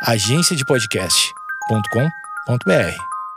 agenciadepodcast.com.br.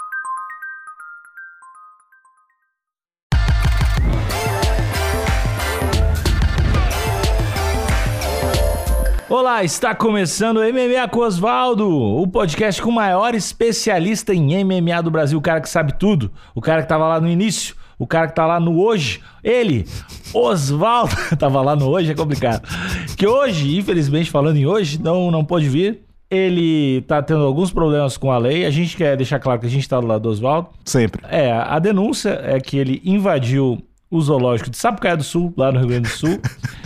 Olá, está começando o MMA com Osvaldo, o podcast com o maior especialista em MMA do Brasil, o cara que sabe tudo, o cara que estava lá no início, o cara que tá lá no hoje, ele, Osvaldo, tava lá no hoje, é complicado, que hoje, infelizmente falando em hoje, não pôde vir, ele tá tendo alguns problemas com a lei, a gente quer deixar claro que a gente tá do lado do Osvaldo. Sempre. A denúncia é que ele invadiu o zoológico de Sapucaia do Sul, lá no Rio Grande do Sul,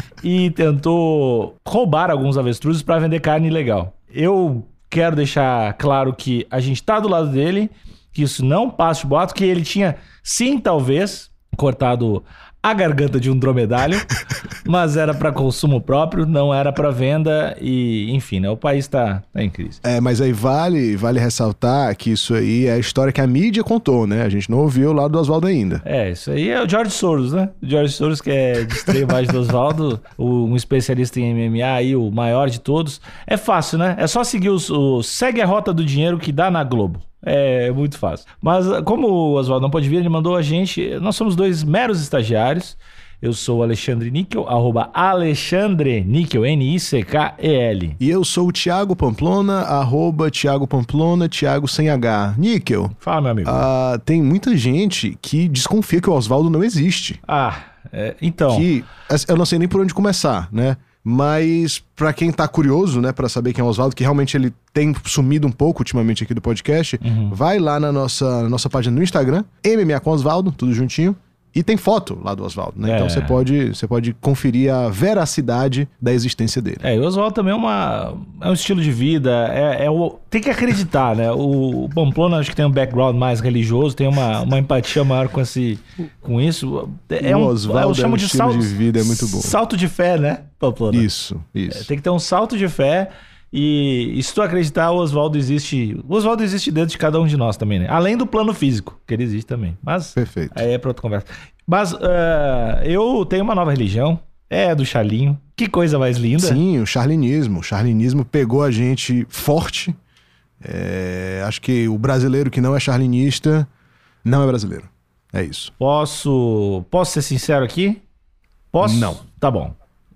e tentou roubar alguns avestruzes para vender carne ilegal. Eu quero deixar claro que a gente tá do lado dele, que isso não passa de boato, que ele tinha, sim, talvez, cortado a garganta de um dromedário, mas era para consumo próprio, não era para venda e, enfim, né? O país tá em crise. Mas aí vale ressaltar que isso aí é a história que a mídia contou, né? A gente não ouviu o lado do Osvaldo ainda. Isso aí é o George Soros, né? O George Soros, que é de extrema imagem do Osvaldo, um especialista em MMA aí, o maior de todos. É fácil, né? É só seguir segue a rota do dinheiro que dá na Globo. É muito fácil. Mas como o Osvaldo não pode vir, ele mandou a gente... Nós somos dois meros estagiários. Eu sou o Alexandre Níquel, @Alexandre Níquel, N-I-C-K-E-L. E eu sou o Thiago Pamplona, @Thiago Pamplona, Thiago sem H. Níquel. Fala, meu amigo. Tem muita gente que desconfia que o Osvaldo não existe. Então... Eu não sei nem por onde começar, né? Mas pra quem tá curioso, né, pra saber quem é o Osvaldo, que realmente ele tem sumido um pouco ultimamente aqui do podcast, vai lá na nossa página no Instagram, MMA com Osvaldo, tudo juntinho, e tem foto lá do Osvaldo, né? Então você pode conferir a veracidade da existência dele. E o Osvaldo também é um estilo de vida, tem que acreditar, né? O Pamplona acho que tem um background mais religioso, tem uma empatia maior com isso. O Osvaldo eu chamo de estilo de vida, é muito bom. Salto de fé, né, Pamplona? Isso. Tem que ter um salto de fé. E se tu acreditar, o Osvaldo existe. O Osvaldo existe dentro de cada um de nós também, né? Além do plano físico, que ele existe também. Mas perfeito. Aí é pra outra conversa. Mas eu tenho uma nova religião. É do Charlinho. Que coisa mais linda. Sim, o charlinismo. O charlinismo pegou a gente forte. Acho que o brasileiro que não é charlinista não é brasileiro. É isso. Posso ser sincero aqui? Posso? Não. Tá bom.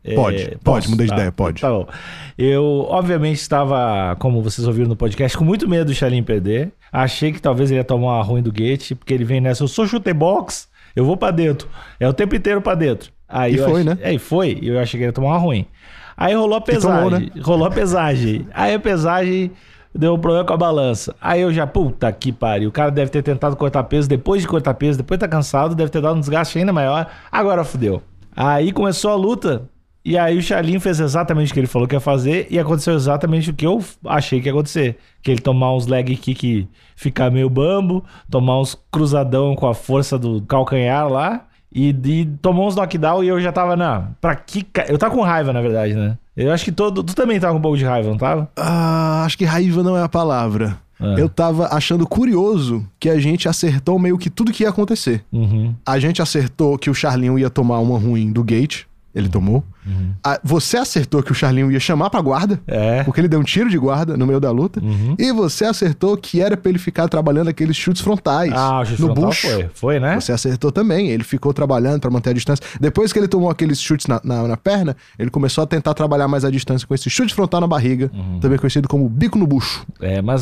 Pode, mudei de ideia, pode. Tá bom. Eu, obviamente, estava, como vocês ouviram no podcast, com muito medo do Charlinho perder. Achei que talvez ele ia tomar uma ruim do Gate, porque ele vem nessa, eu sou chute box, eu vou pra dentro. É o tempo inteiro pra dentro. Aí né? E foi. E eu achei que ele ia tomar uma ruim. Aí rolou a pesagem. Tomou, né? Rolou a pesagem. Aí a pesagem deu um problema com a balança. Aí eu já, puta que pariu. O cara deve ter tentado cortar peso, depois de cortar peso, depois tá cansado, deve ter dado um desgaste ainda maior. Agora fudeu. Aí começou a luta. E aí o Charlinho fez exatamente o que ele falou que ia fazer e aconteceu exatamente o que eu achei que ia acontecer. Que ele tomar uns leg kick, ficar meio bambo, tomar uns cruzadão com a força do calcanhar lá e tomou uns knockdown e eu já tava, eu tava com raiva, na verdade, né? Eu acho que tu também tava com um pouco de raiva, não tava? Acho que raiva não é a palavra. Eu tava achando curioso que a gente acertou meio que tudo que ia acontecer. A gente acertou que o Charlinho ia tomar uma ruim do Gate. Ele tomou. Você acertou que o Charlinho ia chamar pra guarda, porque ele deu um tiro de guarda no meio da luta. E você acertou que era pra ele ficar trabalhando aqueles chutes frontais o chute no frontal bucho. Foi, né? Você acertou também. Ele ficou trabalhando pra manter a distância. Depois que ele tomou aqueles chutes na perna, ele começou a tentar trabalhar mais a distância com esse chute frontal na barriga, também conhecido como bico no bucho. Mas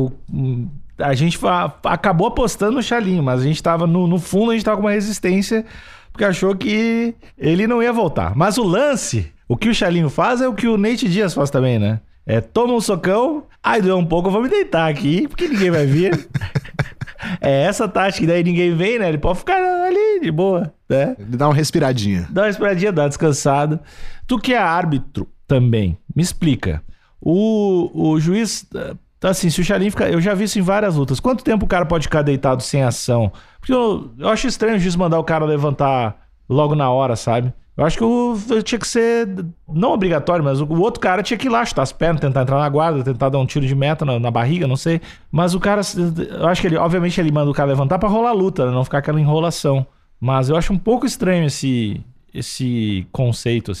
a gente acabou apostando no Charlinho, mas a gente tava no fundo, a gente tava com uma resistência porque achou que ele não ia voltar. Mas o lance, o que o Charlinho faz é o que o Nate Diaz faz também, né? Toma um socão, aí doeu um pouco, eu vou me deitar aqui, porque ninguém vai vir. Essa tática, daí ninguém vem, né? Ele pode ficar ali de boa, né? Dá uma respiradinha. Dá uma descansada. Tu que é árbitro também, me explica. O juiz... Assim, se o Charlinho fica... Eu já vi isso em várias lutas. Quanto tempo o cara pode ficar deitado sem ação? Porque eu acho estranho o juiz mandar o cara levantar logo na hora, sabe? Eu acho que tinha que ser... Não obrigatório, mas o outro cara tinha que ir lá, chutar as pernas, tentar entrar na guarda, tentar dar um tiro de meta na barriga, não sei. Mas o cara... Eu acho que ele... Obviamente ele manda o cara levantar pra rolar a luta, né? Não ficar aquela enrolação. Mas eu acho um pouco estranho esse conceito, assim.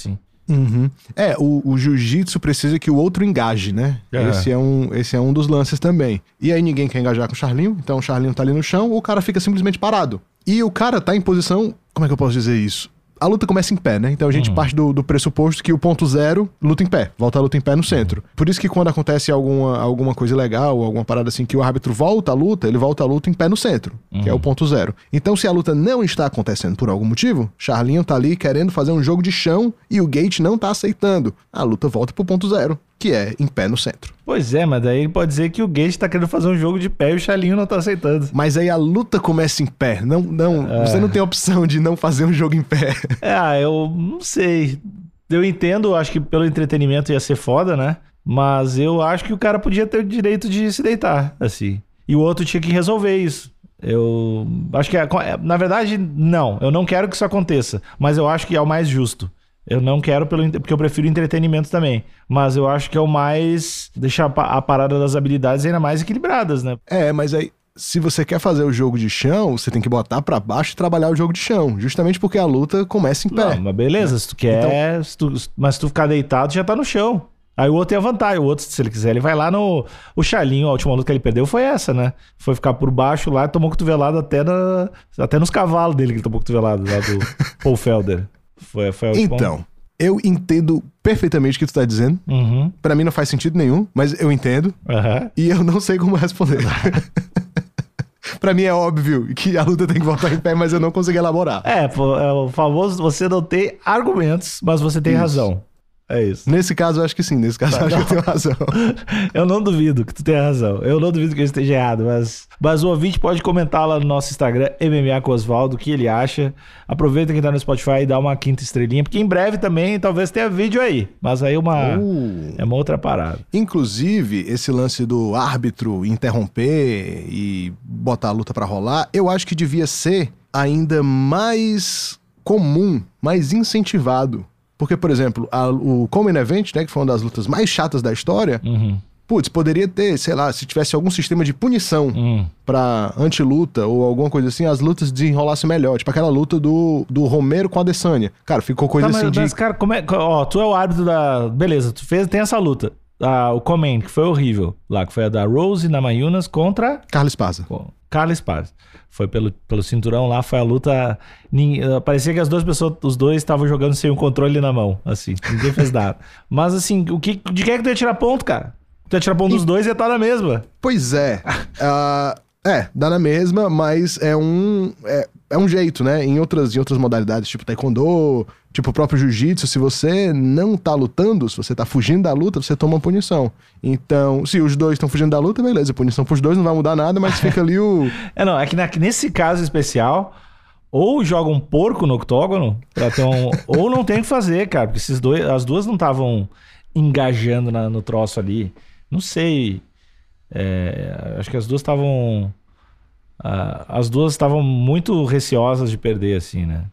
O jiu-jitsu precisa que o outro engaje, né? Esse é um dos lances também. E aí ninguém quer engajar com o Charlinho, então o Charlinho tá ali no chão, o cara fica simplesmente parado. E o cara tá em posição... Como é que eu posso dizer isso? A luta começa em pé, né? Então a gente parte do pressuposto que o ponto zero luta em pé. Volta a luta em pé no centro. Por isso que quando acontece alguma coisa legal, alguma parada assim, que o árbitro volta a luta, ele volta a luta em pé no centro, que é o ponto zero. Então se a luta não está acontecendo por algum motivo, Charlinho tá ali querendo fazer um jogo de chão e o Gate não tá aceitando. A luta volta pro ponto zero, que é em pé no centro. Pois é, mas daí ele pode dizer que o Gate tá querendo fazer um jogo de pé e o Charlinho não tá aceitando. Mas aí a luta começa em pé. Você não tem opção de não fazer um jogo em pé. Eu não sei. Eu entendo, acho que pelo entretenimento ia ser foda, né? Mas eu acho que o cara podia ter o direito de se deitar, assim. E o outro tinha que resolver isso. Eu acho que, na verdade, não. Eu não quero que isso aconteça. Mas eu acho que é o mais justo. Eu não quero porque eu prefiro entretenimento também. Mas eu acho que é o mais... Deixar a parada das habilidades ainda mais equilibradas, né? Mas aí, se você quer fazer o jogo de chão, você tem que botar pra baixo e trabalhar o jogo de chão. Justamente porque a luta começa em pé. Não, mas beleza, se tu quer... Então... mas se tu ficar deitado, já tá no chão. Aí o outro tem a vantagem. O outro, se ele quiser, ele vai lá no... O Charlinho, a última luta que ele perdeu foi essa, né? Foi ficar por baixo lá e tomou cotovelado até nos cavalos dele que ele tomou cotovelado, lá do Paul Felder. Foi a última... Então, eu entendo perfeitamente o que tu tá dizendo. Pra mim não faz sentido nenhum, mas eu entendo. E eu não sei como responder. Pra mim é óbvio que a luta tem que voltar em pé, mas eu não consigo elaborar. É o famoso, você não tem argumentos, mas você tem razão. É isso. Nesse caso, eu acho que sim. Nesse caso, eu acho que eu tenho razão. Eu não duvido que tu tenha razão. Eu não duvido que eu esteja errado, mas o ouvinte pode comentar lá no nosso Instagram, MMA com Osvaldo, o que ele acha. Aproveita quem tá no Spotify e dá uma 5ª estrelinha, porque em breve também talvez tenha vídeo aí. Mas aí é uma outra parada. Inclusive, esse lance do árbitro interromper e botar a luta pra rolar, eu acho que devia ser ainda mais comum, mais incentivado. Porque, por exemplo, o Common Event, né, que foi uma das lutas mais chatas da história, poderia ter, sei lá, se tivesse algum sistema de punição pra anti-luta ou alguma coisa assim, as lutas desenrolassem melhor. Tipo aquela luta do Romero com a Adesanya. Cara, ficou coisa assim mas, cara, como é... Ó, tu é o árbitro da... Beleza, tem essa luta. O Common, que foi horrível lá, que foi a da Rose Namajunas contra... Carla Esparza. Carla Esparza. Foi pelo cinturão lá, foi a luta... Parecia que os dois estavam jogando sem o controle na mão, assim. Ninguém fez nada. Mas assim, de quem é que tu ia tirar ponto, cara? Tu ia tirar ponto dos dois e ia estar na mesma. Pois é. Dá na mesma, mas é um jeito, né? Em outras modalidades, tipo taekwondo, tipo o próprio jiu-jitsu, se você não tá lutando, se você tá fugindo da luta, você toma uma punição. Então, se os dois estão fugindo da luta, beleza, punição pros dois não vai mudar nada, mas fica ali o... É que nesse caso especial, ou joga um porco no octógono, pra ter ou não tem o que fazer, cara, porque as duas não estavam engajando no troço ali. Não sei... acho que as duas estavam... as duas estavam muito receosas de perder, assim, né?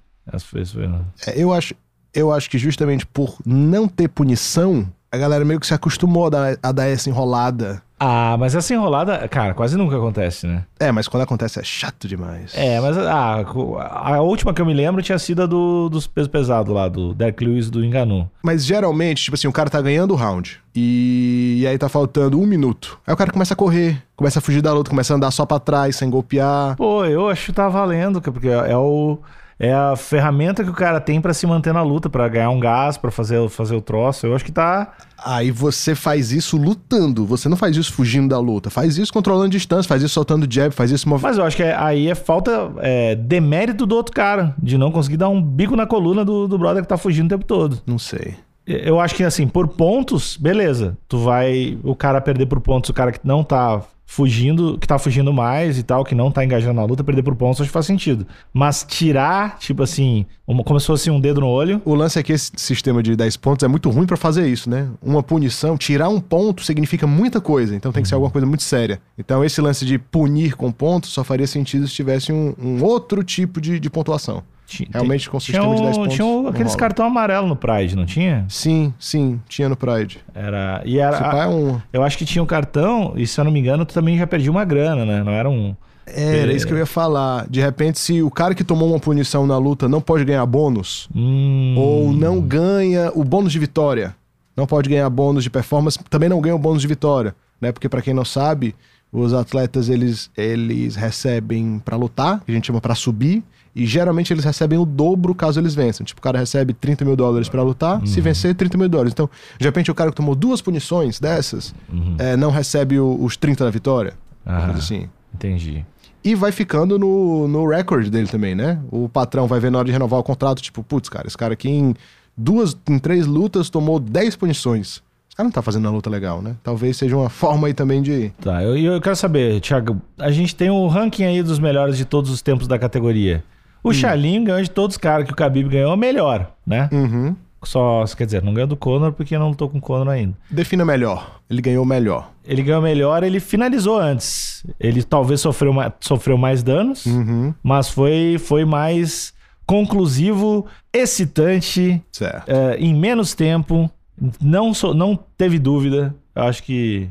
Eu acho que justamente por não ter punição, a galera meio que se acostumou a dar essa enrolada. Mas essa enrolada, cara, quase nunca acontece, né? Mas quando acontece é chato demais. Mas a última que eu me lembro tinha sido a dos pesos pesados lá, do Derek Lewis do Ngannou. Mas geralmente, tipo assim, o cara tá ganhando o round e aí tá faltando 1 minuto. Aí o cara começa a correr, começa a fugir da luta, começa a andar só pra trás, sem golpear. Pô, eu acho que tá valendo, porque é a ferramenta que o cara tem pra se manter na luta, pra ganhar um gás, pra fazer o troço. Eu acho que tá... Aí você faz isso lutando, você não faz isso fugindo da luta, faz isso controlando distância, faz isso soltando jab, faz isso... Mas eu acho que aí é falta demérito do outro cara, de não conseguir dar um bico na coluna do brother que tá fugindo o tempo todo. Não sei. Eu acho que assim, por pontos, beleza. O cara perder por pontos, o cara que não tá fugindo, que tá fugindo mais e tal, que não tá engajando na luta, perder por pontos, acho que faz sentido. Mas tirar, tipo assim, como se fosse um dedo no olho... O lance é que esse sistema de 10 pontos é muito ruim pra fazer isso, né? Uma punição, tirar um ponto significa muita coisa, então tem que ser alguma coisa muito séria. Então esse lance de punir com pontos só faria sentido se tivesse um outro tipo de pontuação. Realmente com um sistema de 10 pontos. Tinha aqueles cartão amarelo no Pride, não tinha? Sim, tinha no Pride. Era. Eu acho que tinha um cartão, e se eu não me engano, tu também já perdia uma grana, né? Não era um. Era isso que eu ia falar. De repente, se o cara que tomou uma punição na luta não pode ganhar bônus, ou não ganha o bônus de vitória, não pode ganhar bônus de performance, também não ganha o bônus de vitória, né? Porque pra quem não sabe, os atletas eles recebem pra lutar, que a gente chama pra subir, e geralmente eles recebem o dobro caso eles vençam. Tipo, o cara recebe $30 mil pra lutar, se vencer, $30 mil. Então, de repente, o cara que tomou 2 punições dessas, não recebe os 30 da vitória. Coisa assim. Entendi. E vai ficando no recorde dele também, né? O patrão vai ver na hora de renovar o contrato, tipo, putz, cara, esse cara aqui em 3 lutas tomou 10 punições. Esse cara não tá fazendo uma luta legal, né? Talvez seja uma forma aí também de... Tá, eu quero saber, Thiago, a gente tem um ranking aí dos melhores de todos os tempos da categoria. O Charlinho ganhou de todos os caras que o Khabib ganhou, melhor, né? Só, quer dizer, não ganhou do Conor porque não lutou com o Conor ainda. Defina melhor. Ele ganhou melhor. Ele ganhou melhor, ele finalizou antes. Ele talvez sofreu mais danos, mas foi mais conclusivo, excitante, em menos tempo. Não teve dúvida. Acho que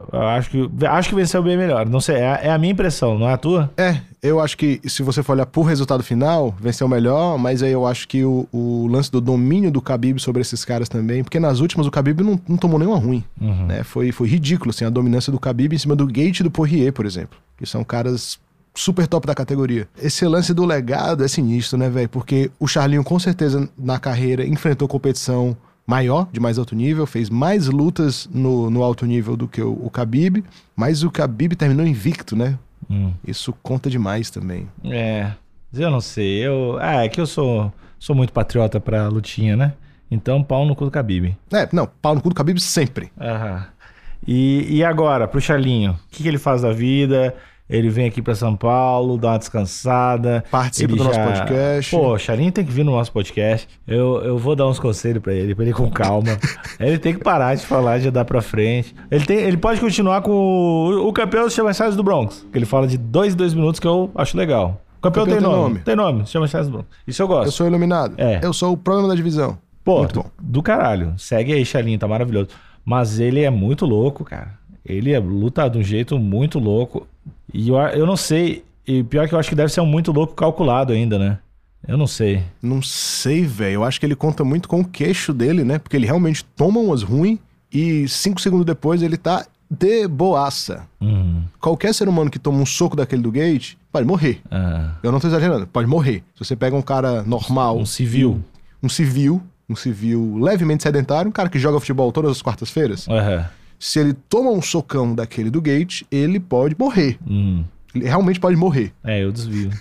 venceu bem melhor. Não sei, é a minha impressão, não é a tua? Eu acho que se você for olhar por resultado final, venceu melhor, mas aí eu acho que o lance do domínio do Khabib sobre esses caras também, porque nas últimas o Khabib não tomou nenhuma ruim, né? Foi ridículo, assim, a dominância do Khabib em cima do Gate e do Poirier, por exemplo, que são caras super top da categoria. Esse lance do legado é sinistro, né, velho? Porque o Charlinho com certeza na carreira enfrentou competição maior, de mais alto nível, fez mais lutas no alto nível do que o Khabib, mas o Khabib terminou invicto, né? Isso conta demais também. Eu não sei. É que eu sou muito patriota pra lutinha, né? Então, pau no cu do Khabib. Pau no cu do Khabib sempre. E agora, pro Charlinho, o que ele faz da vida? Ele vem aqui pra São Paulo, dá uma descansada. Participa do nosso podcast. Pô, o Charlinho tem que vir no nosso podcast. Eu vou dar uns conselhos pra ele ir com calma. Ele tem que parar de falar, de andar pra frente. Ele pode continuar com o campeão se chama Charles do Bronx, que ele fala de 2 minutos, que eu acho legal. O campeão tem nome. Tem nome, se chama Charles do Bronx. Isso eu gosto. Eu sou iluminado. Eu sou o problema da divisão. Pô, muito bom. Do caralho. Segue aí, Charlinho, tá maravilhoso. Mas ele é muito louco, cara. Ele luta de um jeito muito louco. E eu não sei. E pior que eu acho que deve ser um muito louco calculado ainda, né? Eu não sei. Não sei, velho. Eu acho que ele conta muito com o queixo dele, né? Porque ele realmente toma umas ruins e 5 segundos depois ele tá de boaça. Qualquer ser humano que toma um soco daquele do Gate pode morrer. Eu não tô exagerando. Pode morrer. Se você pega um cara normal... Um civil levemente sedentário, um cara que joga futebol todas as quartas-feiras... Se ele toma um socão daquele do Gate, ele pode morrer. Ele realmente pode morrer. Eu desvio.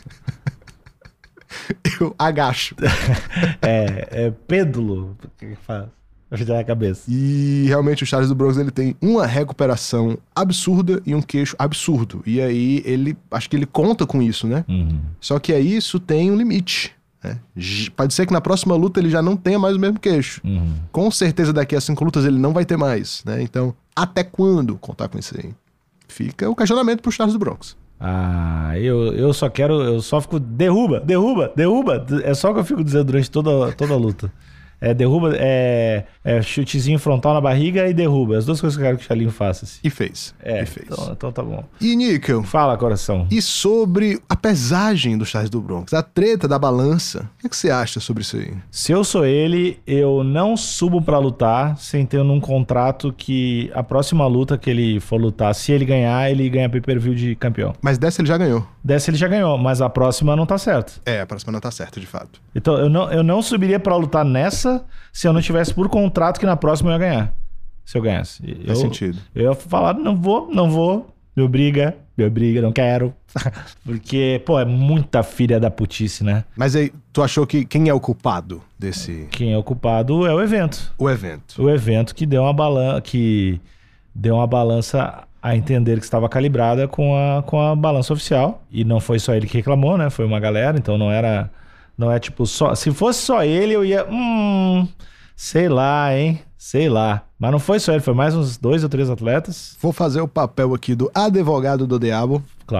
Eu agacho. Pêndulo. O que faz? Ajudar a cabeça. E realmente o Charles do Bronx, ele tem uma recuperação absurda e um queixo absurdo. E aí acho que ele conta com isso, né? Só que aí isso tem um limite. Pode ser que na próxima luta ele já não tenha mais o mesmo queixo. Com certeza daqui a 5 lutas ele não vai ter mais, né? Então, até quando contar com isso aí? Fica o questionamento pro Charles do Bronx. Eu só fico derruba. É só o que eu fico dizendo durante toda a luta. Derruba, chutezinho frontal na barriga e derruba. As duas coisas que eu quero que o Charlinho faça. Assim. E fez. Então tá bom. E, Níquel? Fala, coração. E sobre a pesagem do Charles do Bronx, a treta da balança, o que você acha sobre isso aí? Se eu sou ele, eu não subo pra lutar sem ter um contrato que a próxima luta que ele for lutar, se ele ganhar, ele ganha pay-per-view de campeão. Mas dessa ele já ganhou. Dessa ele já ganhou, mas a próxima não tá certo. A próxima não tá certa, de fato. Então eu não subiria pra lutar nessa se eu não tivesse por contrato que na próxima eu ia ganhar. Se eu ganhasse. Faz sentido. Eu ia falar, não vou. Me obriga, não quero. Porque, pô, é muita filha da putice, né? Mas aí, tu achou que quem é o culpado desse... Quem é o culpado é o evento. O evento. O evento que deu uma balança a entender que estava calibrada com a balança oficial. E não foi só ele que reclamou, né? Foi uma galera, então não é tipo só... Se fosse só ele, eu ia... sei lá, hein? Sei lá. Mas não foi só ele, foi mais uns 2 ou 3 atletas. Vou fazer o papel aqui do advogado do diabo. Claro.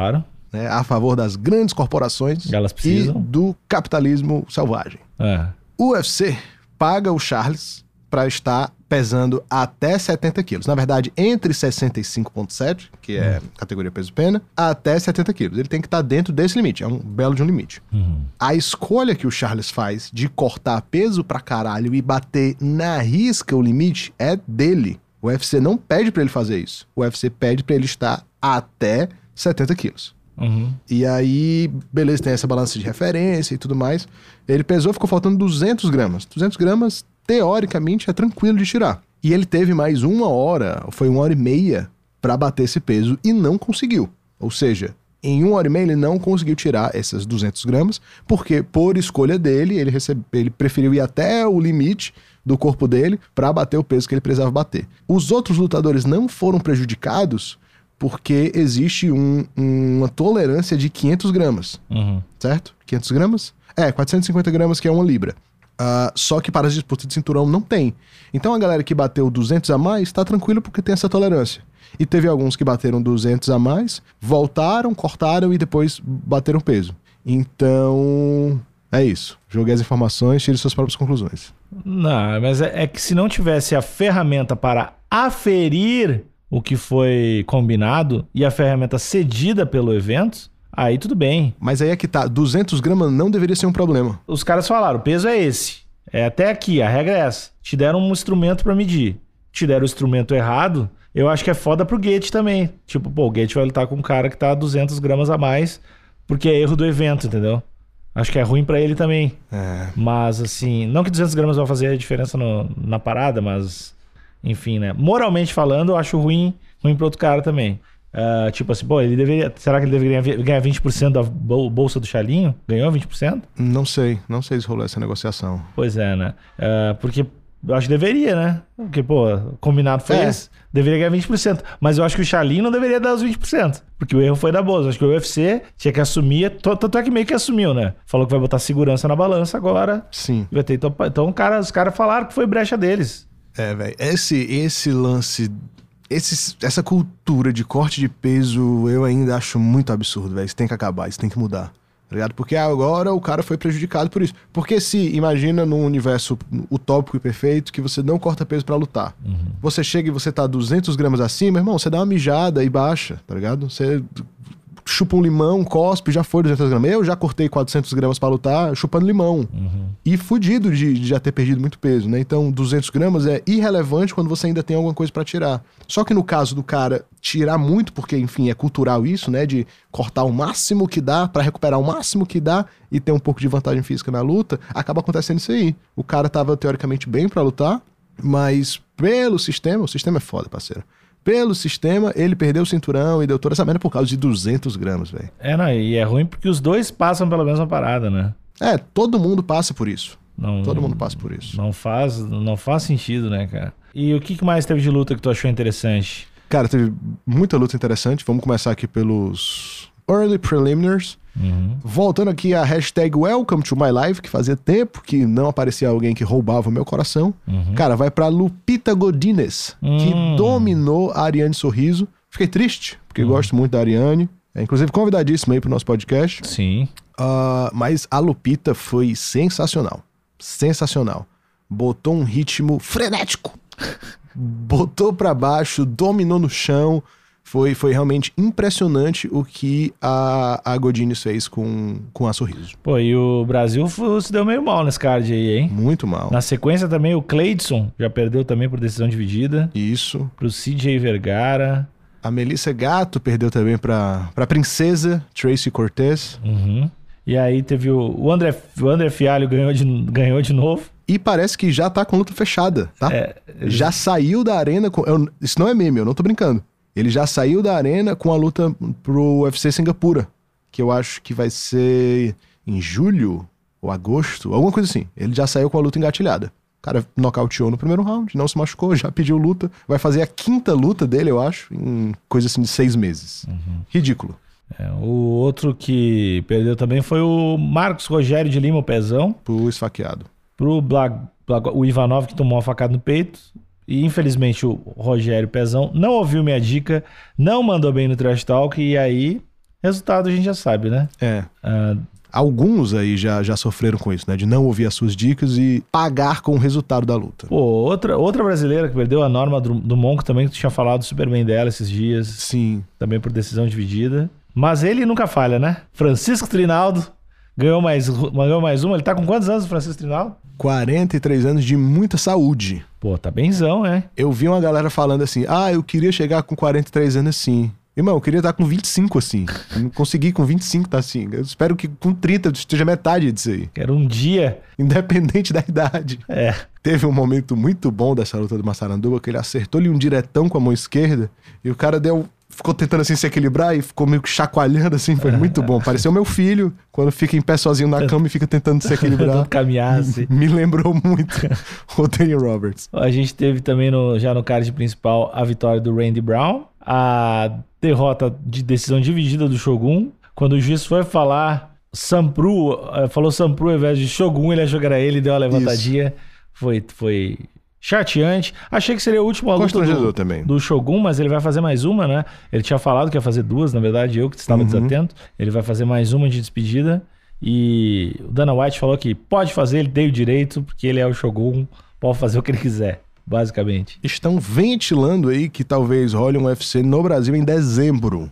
né, a favor das grandes corporações Elas precisam. e do capitalismo selvagem. O UFC paga o Charles para estar pesando até 70 quilos. Na verdade, entre 65,7, que é categoria peso-pena, até 70 quilos. Ele tem que estar dentro desse limite. É um belo de um limite. A escolha que o Charles faz de cortar peso pra caralho e bater na risca o limite é dele. O UFC não pede pra ele fazer isso. O UFC pede pra ele estar até 70 quilos. E aí, beleza, tem essa balança de referência e tudo mais. Ele pesou, ficou faltando 200 gramas. 200 gramas, teoricamente, é tranquilo de tirar. E ele teve mais 1 hora, foi 1h30 pra bater esse peso e não conseguiu. Ou seja, em 1h30 ele não conseguiu tirar essas 200 gramas, porque por escolha dele, ele preferiu ir até o limite do corpo dele pra bater o peso que ele precisava bater. Os outros lutadores não foram prejudicados porque existe uma tolerância de 500 gramas, certo? 500 gramas? 450 gramas, que é 1 libra. Só que para as disputas de cinturão não tem. Então a galera que bateu 200 a mais tá tranquilo porque tem essa tolerância. E teve alguns que bateram 200 a mais, voltaram, cortaram e depois bateram peso. Então, é isso. Joguei as informações, tire suas próprias conclusões. Não, mas é que se não tivesse a ferramenta para aferir o que foi combinado e a ferramenta cedida pelo evento, aí tudo bem. Mas aí é que tá, 200 gramas não deveria ser um problema. Os caras falaram, o peso é esse. É até aqui, a regra é essa. Te deram um instrumento pra medir. Te deram o instrumento errado, eu acho que é foda pro Gaethje também. Tipo, pô, o Gaethje vai lutar com um cara que tá 200 gramas a mais, porque é erro do evento, entendeu? Acho que é ruim pra ele também. Mas assim, não que 200 gramas vai fazer a diferença na parada, mas... Enfim, né? Moralmente falando, eu acho ruim pro outro cara também. Tipo assim, pô, ele deveria... Será que ele deveria ganhar 20% da bolsa do Charlinho? Ganhou 20%? Não sei se rolou essa negociação. Pois é, né? Porque eu acho que deveria, né? Porque, pô, combinado foi esse. Deveria ganhar 20%. Mas eu acho que o Charlinho não deveria dar os 20%. Porque o erro foi da bolsa. Acho que o UFC tinha que assumir... Tanto é que meio que assumiu, né? Falou que vai botar segurança na balança agora. Sim. Vai ter, então os caras falaram que foi brecha deles. Velho. Esse lance... Essa cultura de corte de peso eu ainda acho muito absurdo, velho. Isso tem que acabar, isso tem que mudar, tá ligado? Porque agora o cara foi prejudicado por isso. Porque se, imagina num universo utópico e perfeito que você não corta peso pra lutar. Você chega e você tá 200 gramas acima, irmão, você dá uma mijada e baixa, tá ligado? Você chupa um limão, cospe, já foi 200 gramas. Eu já cortei 400 gramas pra lutar chupando limão. E fudido de já ter perdido muito peso, né? Então 200 gramas é irrelevante quando você ainda tem alguma coisa pra tirar. Só que no caso do cara tirar muito, porque enfim é cultural isso, né? De cortar o máximo que dá pra recuperar o máximo que dá e ter um pouco de vantagem física na luta, acaba acontecendo isso aí. O cara tava teoricamente bem pra lutar, mas pelo sistema, o sistema é foda, parceiro. Pelo sistema, ele perdeu o cinturão e deu toda essa merda por causa de 200 gramas, velho. E é ruim porque os dois passam pela mesma parada, né? Todo mundo passa por isso. Todo mundo passa por isso. Não faz sentido, né, cara? E o que mais teve de luta que tu achou interessante? Cara, teve muita luta interessante. Vamos começar aqui pelos Early Preliminaries. Voltando aqui a hashtag Welcome to My Life, que fazia tempo que não aparecia alguém que roubava o meu coração. Cara, vai pra Lupita Godinez, que dominou a Ariane Sorriso. Fiquei triste, porque gosto muito da Ariane. Inclusive convidadíssima aí pro nosso podcast. Sim. Mas a Lupita foi sensacional. Sensacional. Botou um ritmo frenético. Botou pra baixo, dominou no chão. Foi realmente impressionante o que a Godinez fez com a Sorriso. Pô, e o Brasil se deu meio mal nesse card aí, hein? Muito mal. Na sequência também o Cleidson já perdeu também por decisão dividida. Isso. Pro CJ Vergara. A Melissa Gatto perdeu também pra princesa Tracy Cortez. E aí teve o André Fialho ganhou de novo. E parece que já tá com luta fechada, tá? Já saiu da arena isso não é meme, eu não tô brincando. Ele já saiu da arena com a luta pro UFC Singapura, que eu acho que vai ser em julho ou agosto, alguma coisa assim. Ele já saiu com a luta engatilhada. O cara nocauteou no primeiro round, não se machucou, já pediu luta. Vai fazer a 5ª luta dele, eu acho, em coisa assim de 6 meses. Ridículo. O outro que perdeu também foi o Marcos Rogério de Lima, o pezão. Pro esfaqueado. Pro o Ivanov, que tomou uma facada no peito. E infelizmente o Rogério Pezão não ouviu minha dica, não mandou bem no Trash Talk e aí Resultado a gente já sabe, né? Alguns aí já sofreram com isso, né? De não ouvir as suas dicas e pagar com o resultado da luta. Pô, outra brasileira que perdeu, a Norma do Monco também, que tu tinha falado super bem dela esses dias. Sim. Também por decisão dividida. Mas ele nunca falha, né? Francisco Trinaldo ganhou mais uma. Ele tá com quantos anos, Francisco Trinaldo? 43 anos de muita saúde. Pô, tá benzão, né? Eu vi uma galera falando assim, eu queria chegar com 43 anos assim. Irmão, eu queria estar com 25 assim. Eu não consegui com 25 tá assim. Eu espero que com 30 esteja metade disso aí. Quero um dia. Independente da idade. Teve um momento muito bom dessa luta do Massaranduba, que ele acertou-lhe um diretão com a mão esquerda e o cara ficou tentando assim se equilibrar e ficou meio que chacoalhando assim, foi muito bom. Pareceu meu filho, quando fica em pé sozinho na cama e fica tentando se equilibrar. Caminhar assim. Me lembrou muito o Danny Roberts. A gente teve também já no card principal a vitória do Randy Brown, a derrota de decisão dividida do Shogun. Quando o juiz foi falar falou Sampru ao invés de Shogun, ele achou que era ele, deu uma levantadinha. Foi chateante. Achei que seria a última luta do Shogun, mas ele vai fazer mais uma, né? Ele tinha falado que ia fazer duas, na verdade, eu que estava desatento. Ele vai fazer mais uma de despedida. E o Dana White falou que pode fazer, ele tem o direito, porque ele é o Shogun, pode fazer o que ele quiser, basicamente. Estão ventilando aí que talvez role um UFC no Brasil em dezembro.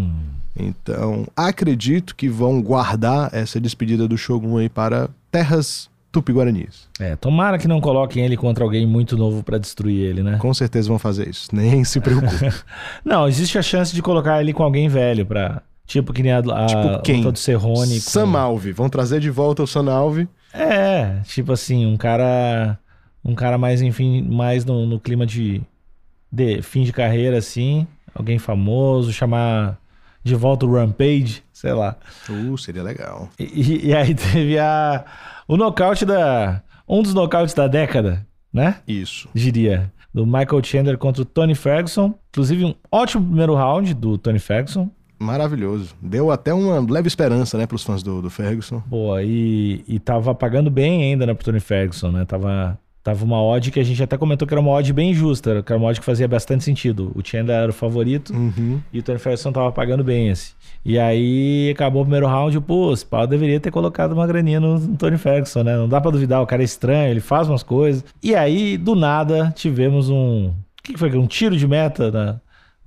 Então, acredito que vão guardar essa despedida do Shogun aí para terras tupi-guaranis. Tomara que não coloquem ele contra alguém muito novo pra destruir ele, né? Com certeza vão fazer isso, nem se preocupe. Não, existe a chance de colocar ele com alguém velho pra... Tipo que nem a quem? luta do Cerrone. Sam Alvey, vão trazer de volta o Sam Alvey. Tipo assim, um cara mais, enfim, mais no clima de fim de carreira, assim, alguém famoso, chamar de volta o Rampage, sei lá. Seria legal. E aí teve o nocaute um dos nocautes da década, né? Isso. Diria. Do Michael Chandler contra o Tony Ferguson. Inclusive um ótimo primeiro round do Tony Ferguson. Maravilhoso. Deu até uma leve esperança, né, pros fãs do Ferguson. Pô, e tava pagando bem ainda, né, pro Tony Ferguson, né? Tava uma odd que a gente até comentou que era uma odd bem justa, que era uma odd que fazia bastante sentido. O Chandler era o favorito e o Tony Ferguson tava pagando bem esse. E aí acabou o primeiro round, esse pau deveria ter colocado uma graninha no Tony Ferguson, né? Não dá pra duvidar, o cara é estranho, ele faz umas coisas. E aí, do nada, tivemos o que foi? Um tiro de meta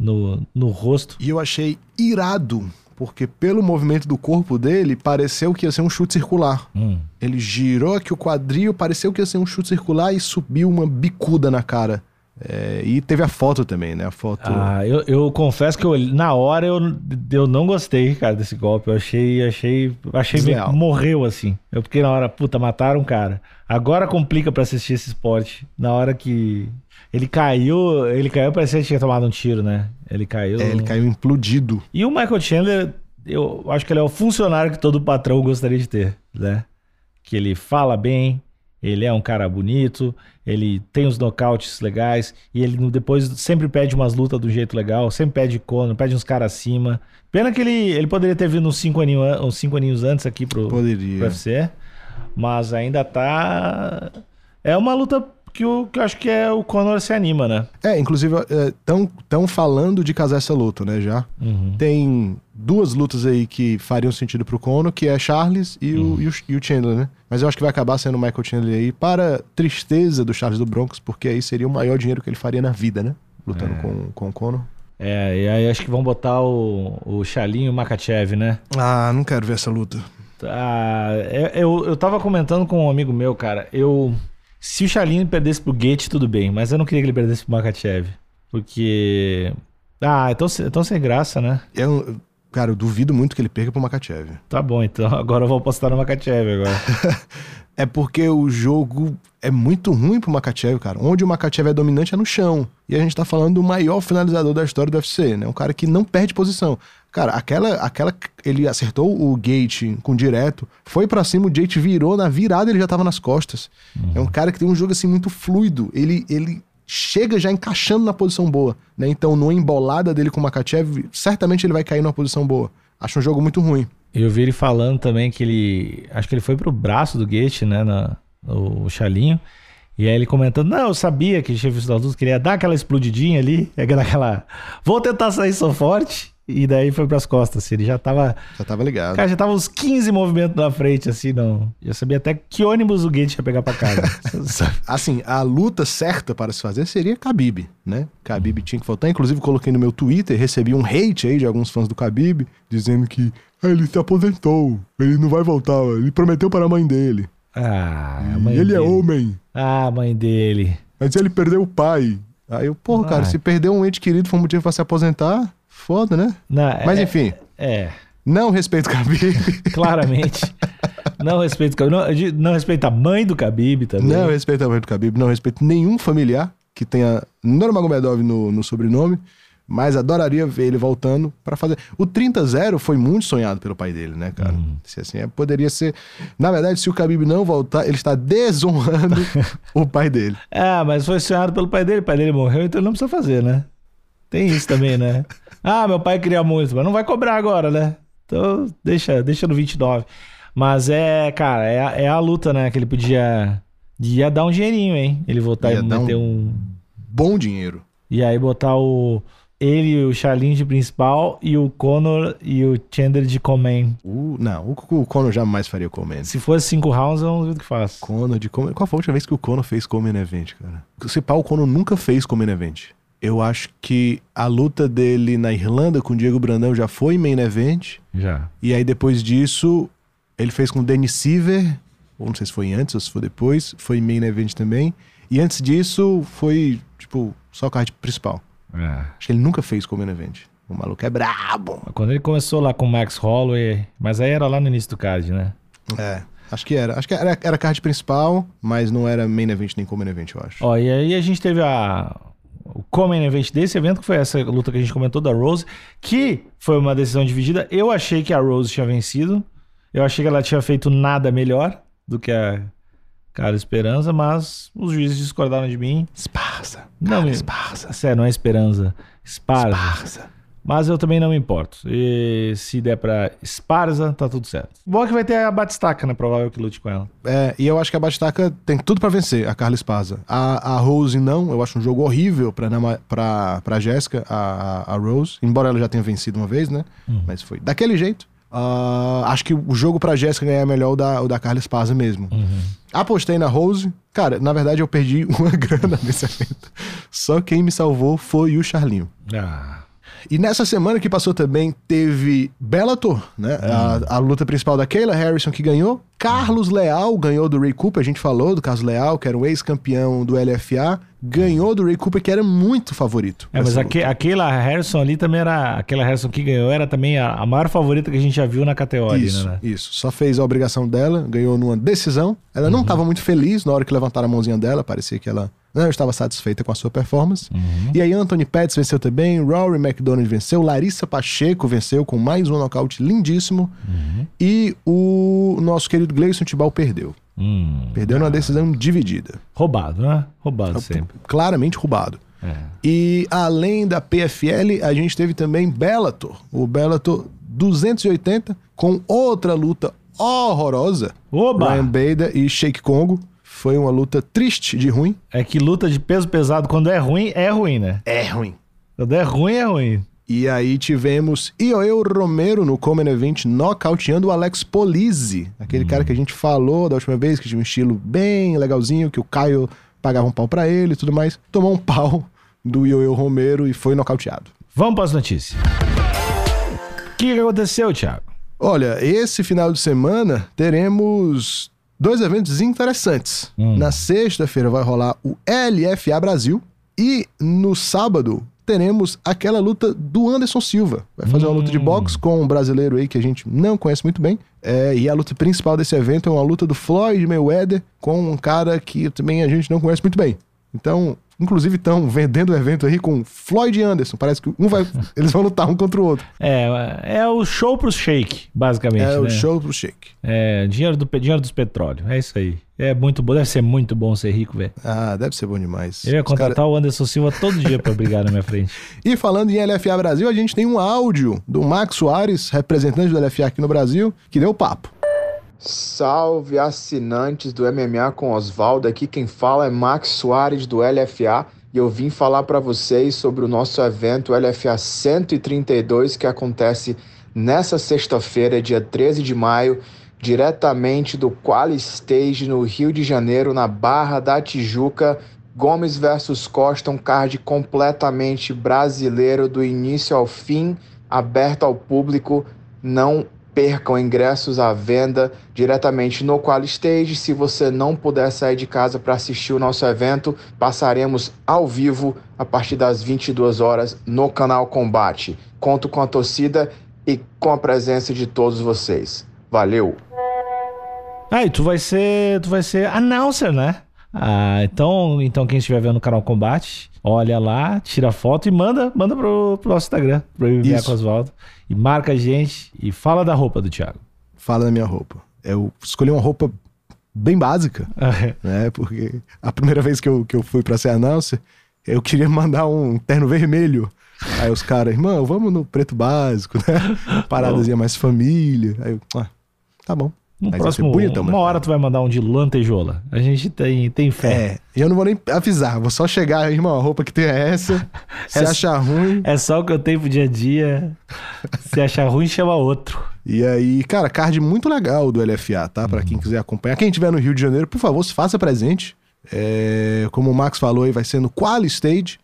no rosto. E eu achei irado, porque pelo movimento do corpo dele, pareceu que ia ser um chute circular. Ele girou aqui o quadril, pareceu que ia ser um chute circular e subiu uma bicuda na cara. E teve a foto também, né? A foto... eu confesso que na hora eu não gostei, cara, desse golpe. Eu achei meio que morreu, assim. Eu fiquei na hora, mataram um cara. Agora complica pra assistir esse esporte. Na hora que... Ele caiu, parecia que tinha tomado um tiro, né? Ele caiu implodido. E o Michael Chandler, eu acho que ele é o funcionário que todo patrão gostaria de ter, né? Que ele fala bem, ele é um cara bonito, ele tem os nocautes legais, e ele depois sempre pede umas lutas do jeito legal, sempre pede icono, pede uns caras acima. Pena que ele poderia ter vindo uns 5 aninhos antes aqui pro UFC, mas ainda tá... É uma luta... que eu acho que o Conor se anima, né? Inclusive, estão falando de casar essa luta, né, já. Tem duas lutas aí que fariam sentido pro Conor, que é Charles e o Chandler, né? Mas eu acho que vai acabar sendo o Michael Chandler aí, para tristeza do Charles do Bronx, porque aí seria o maior dinheiro que ele faria na vida, né? Lutando com o Conor. E aí acho que vão botar o Shalinho Makhachev, né? Não quero ver essa luta. Eu tava comentando com um amigo meu, cara, se o Shalinho perdesse pro Gaethje, tudo bem, mas eu não queria que ele perdesse pro Makhachev, porque... então sem graça, né? Cara, eu duvido muito que ele perca pro Makhachev. Tá bom, então agora eu vou apostar no Makhachev agora. É porque o jogo é muito ruim pro Makhachev, cara. Onde o Makhachev é dominante é no chão. E a gente tá falando do maior finalizador da história do UFC, né? Um cara que não perde posição. Cara, ele acertou o Gaethje com direto, foi pra cima, o Gaethje virou, na virada ele já tava nas costas. É um cara que tem um jogo assim muito fluido. Ele chega já encaixando na posição boa, né? Então, numa embolada dele com o Makhachev, certamente ele vai cair numa posição boa. Acho um jogo muito ruim. Eu vi ele falando também que acho que ele foi pro braço do Gaethje, né? O Shalinho. E aí ele comentando, eu sabia que ele tinha visto da luta, queria dar aquela explodidinha ali, vou tentar sair, sou forte. E daí foi pras costas, assim, ele já tava... Já tava ligado. Cara, já tava uns 15 movimentos na frente, assim, não... Já sabia até que ônibus o Gate ia pegar pra casa. Assim, a luta certa para se fazer seria Khabib, né? Khabib tinha que voltar. Inclusive, coloquei no meu Twitter, recebi um hate aí de alguns fãs do Khabib, dizendo que ele se aposentou, ele não vai voltar, ele prometeu para a mãe dele. Ah, a mãe ele dele. é homem. Ah, a mãe dele. Mas ele perdeu o pai. Aí eu, porra, cara, se perder um ente querido foi um motivo pra se aposentar, foda, né? Não, mas enfim. Não respeito o Khabib. Claramente. Não respeito o Khabib. Não respeito a mãe do Khabib também. Não respeito a mãe do Khabib. Não respeito nenhum familiar que tenha Nurmagomedov no sobrenome. Mas adoraria ver ele voltando pra fazer... O 30-0 foi muito sonhado pelo pai dele, né, cara? Se assim, poderia ser... Na verdade, se o Khabib não voltar, ele está desonrando o pai dele. Mas foi sonhado pelo pai dele. O pai dele morreu, então ele não precisa fazer, né? Tem isso também, né? Meu pai queria muito, mas não vai cobrar agora, né? Então, deixa no 29. Mas cara, é a luta, né? Que ele podia... Ia dar um dinheirinho, hein? Ele voltar e meter um... Bom dinheiro. E aí botar ele e o Charlinho de principal e o Conor e o Chandler de co-main. Não, o Conor jamais faria co-main. Se fosse 5 rounds, eu não duvido que faça. Conor de co-main. Qual foi a última vez que o Conor fez co-main event, cara? Se pá, o Conor nunca fez co-main event. Eu acho que a luta dele na Irlanda com o Diego Brandão já foi main event. Já. E aí depois disso, ele fez com o Dennis Siver, ou não sei se foi antes ou se foi depois, foi main event também. E antes disso, foi, tipo, só o card principal. Acho que ele nunca fez como main event. O maluco é brabo. Quando ele começou lá com o Max Holloway, mas aí era lá no início do card, né? Acho que era. Acho que era card principal, mas não era main event nem como main event, eu acho. E aí a gente teve o co-main event desse evento, que foi essa luta que a gente comentou da Rose, que foi uma decisão dividida. Eu achei que a Rose tinha vencido. Eu achei que ela tinha feito nada melhor do que a Carla Esperanza, mas os juízes discordaram de mim. Esparza. Não, Esparza. Sério, não é Esperanza. Esparza. Mas eu também não me importo. E se der pra Esparza, tá tudo certo. Bom é que vai ter a Batistaca, né? Provável que lute com ela. E eu acho que a Batistaca tem tudo pra vencer, a Carla Esparza. A Rose não, eu acho um jogo horrível pra Jéssica, a Rose. Embora ela já tenha vencido uma vez, né? Mas foi daquele jeito. Acho que o jogo pra Jéssica ganhar é melhor o da Carla Esparza mesmo. Apostei na Rose. Cara, na verdade eu perdi uma grana nesse evento. Só quem me salvou foi o Charlinho. E nessa semana que passou também teve Bellator, né? A luta principal da Kayla Harrison que ganhou. Carlos Leal ganhou do Ray Cooper, a gente falou do Carlos Leal, que era um ex-campeão do LFA. Ganhou do Ray Cooper, que era muito favorito. Mas aquela Harrison ali também era... Aquela Harrison que ganhou era também a maior favorita que a gente já viu na categoria, né? Isso. Só fez a obrigação dela, ganhou numa decisão. Ela não estava muito feliz na hora que levantaram a mãozinha dela, parecia que ela não estava satisfeita com a sua performance. E aí Anthony Pettis venceu também, Rory McDonald venceu, Larissa Pacheco venceu com mais um nocaute lindíssimo. E o nosso querido Gleison Tibau perdeu. Perdeu numa decisão dividida. Roubado, né? Roubado sempre. Claramente roubado. E além da PFL, a gente teve também Bellator. O Bellator 280, com outra luta horrorosa. Ryan Bader e Sheik Congo. Foi uma luta triste de ruim. É que luta de peso pesado, quando é ruim, né? É ruim. Quando é ruim. E aí tivemos Ioel Romero no Common Event nocauteando o Alex Polizzi. Aquele cara que a gente falou da última vez, que tinha um estilo bem legalzinho, que o Caio pagava um pau pra ele e tudo mais. Tomou um pau do Ioel Romero e foi nocauteado. Vamos para as notícias. O que aconteceu, Thiago? Olha, esse final de semana teremos 2 eventos interessantes. Na sexta-feira vai rolar o LFA Brasil e no sábado teremos aquela luta do Anderson Silva. Vai fazer uma luta de boxe com um brasileiro aí que a gente não conhece muito bem. E a luta principal desse evento é uma luta do Floyd Mayweather com um cara que também a gente não conhece muito bem. Então, inclusive estão vendendo o evento aí com Floyd e Anderson. Parece que eles vão lutar um contra o outro. É o show pro Sheik, basicamente. O show pro Sheik. Dinheiro dos petróleos. É isso aí. É muito bom. Deve ser muito bom ser rico, velho. Deve ser bom demais. Eu ia contratar o Anderson Silva todo dia pra brigar na minha frente. E falando em LFA Brasil, a gente tem um áudio do Max Soares, representante do LFA aqui no Brasil, que deu papo. Salve assinantes do MMA com Oswaldo, aqui quem fala é Max Soares do LFA e eu vim falar para vocês sobre o nosso evento LFA 132 que acontece nessa sexta-feira, dia 13 de maio, diretamente do Quali Stage no Rio de Janeiro, na Barra da Tijuca. Gomes versus Costa, um card completamente brasileiro do início ao fim, aberto ao público. Não percam ingressos à venda diretamente no Quali Stage. Se você não puder sair de casa para assistir o nosso evento, passaremos ao vivo a partir das 22 horas no canal Combate. Conto com a torcida e com a presença de todos vocês. Valeu! E tu vai ser announcer, né? Então quem estiver vendo o canal Combate, olha lá, tira foto e manda pro nosso Instagram, pro MMA com Oswaldo. E marca a gente e fala da roupa do Thiago. Fala da minha roupa. Eu escolhi uma roupa bem básica, né? Porque a primeira vez que eu fui pra ser announcer, eu queria mandar um terno vermelho. Aí os caras, irmão, vamos no preto básico, né? Paradazinha mais família. Aí eu, tá bom. No próximo, uma hora tu vai mandar um de lantejola. A gente tem fé. Eu não vou nem avisar. Vou só chegar, irmão, a roupa que tem é essa. Se achar ruim... É só o que eu tenho pro dia a dia. Se achar ruim, chama outro. E aí, cara, card muito legal do LFA, tá? Pra quem quiser acompanhar. Quem estiver no Rio de Janeiro, por favor, se faça presente. Como o Max falou aí, vai ser no Quali Stage.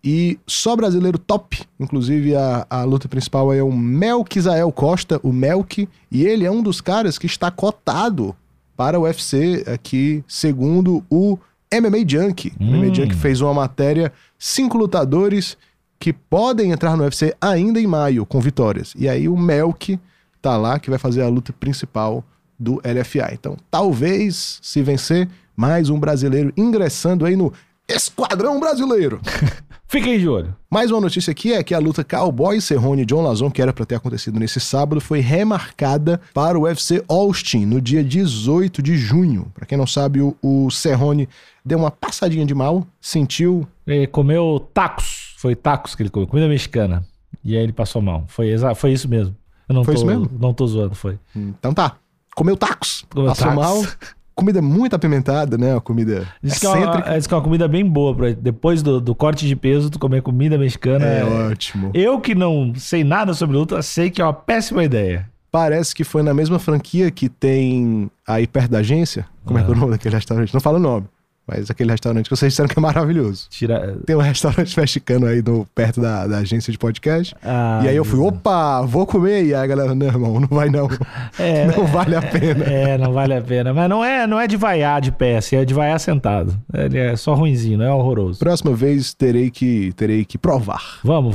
E só brasileiro top. Inclusive a luta principal é o Melquizael Costa, o Melk. E ele é um dos caras que está cotado para o UFC aqui, segundo o MMA Junkie. O MMA Junkie fez uma matéria, 5 lutadores que podem entrar no UFC ainda em maio, com vitórias. E aí o Melk tá lá, que vai fazer a luta principal do LFA. Então, talvez, se vencer, mais um brasileiro ingressando aí no Esquadrão Brasileiro. Fiquem de olho. Mais uma notícia aqui é que a luta Cowboy Cerrone e John Lazon, que era para ter acontecido nesse sábado, foi remarcada para o UFC Austin no dia 18 de junho. Para quem não sabe, o Cerrone deu uma passadinha de mal, sentiu... Ele comeu tacos. Foi tacos que ele comeu, comida mexicana. E aí ele passou mal. Foi isso mesmo. Foi isso mesmo? Não tô zoando, foi. Então tá. Comeu tacos. Passou mal. Comida muito apimentada, né? Uma comida excêntrica. Diz que é uma comida bem boa. Depois do corte de peso, tu comer comida mexicana é ótimo. Eu que não sei nada sobre luta, sei que é uma péssima ideia. Parece que foi na mesma franquia que tem aí perto da agência. Como é que é o nome daquele restaurante? Não fala o nome. Mas aquele restaurante que vocês disseram que é maravilhoso. Tem um restaurante mexicano aí perto da agência de podcast. E aí eu fui, opa, vou comer. E aí a galera, não, irmão, não vai não. Não vale a pena. Não vale a pena. Mas não é de vaiar de pé, assim, é de vaiar sentado. Ele é só ruinzinho, não é horroroso. Próxima vez terei que provar. Vamos.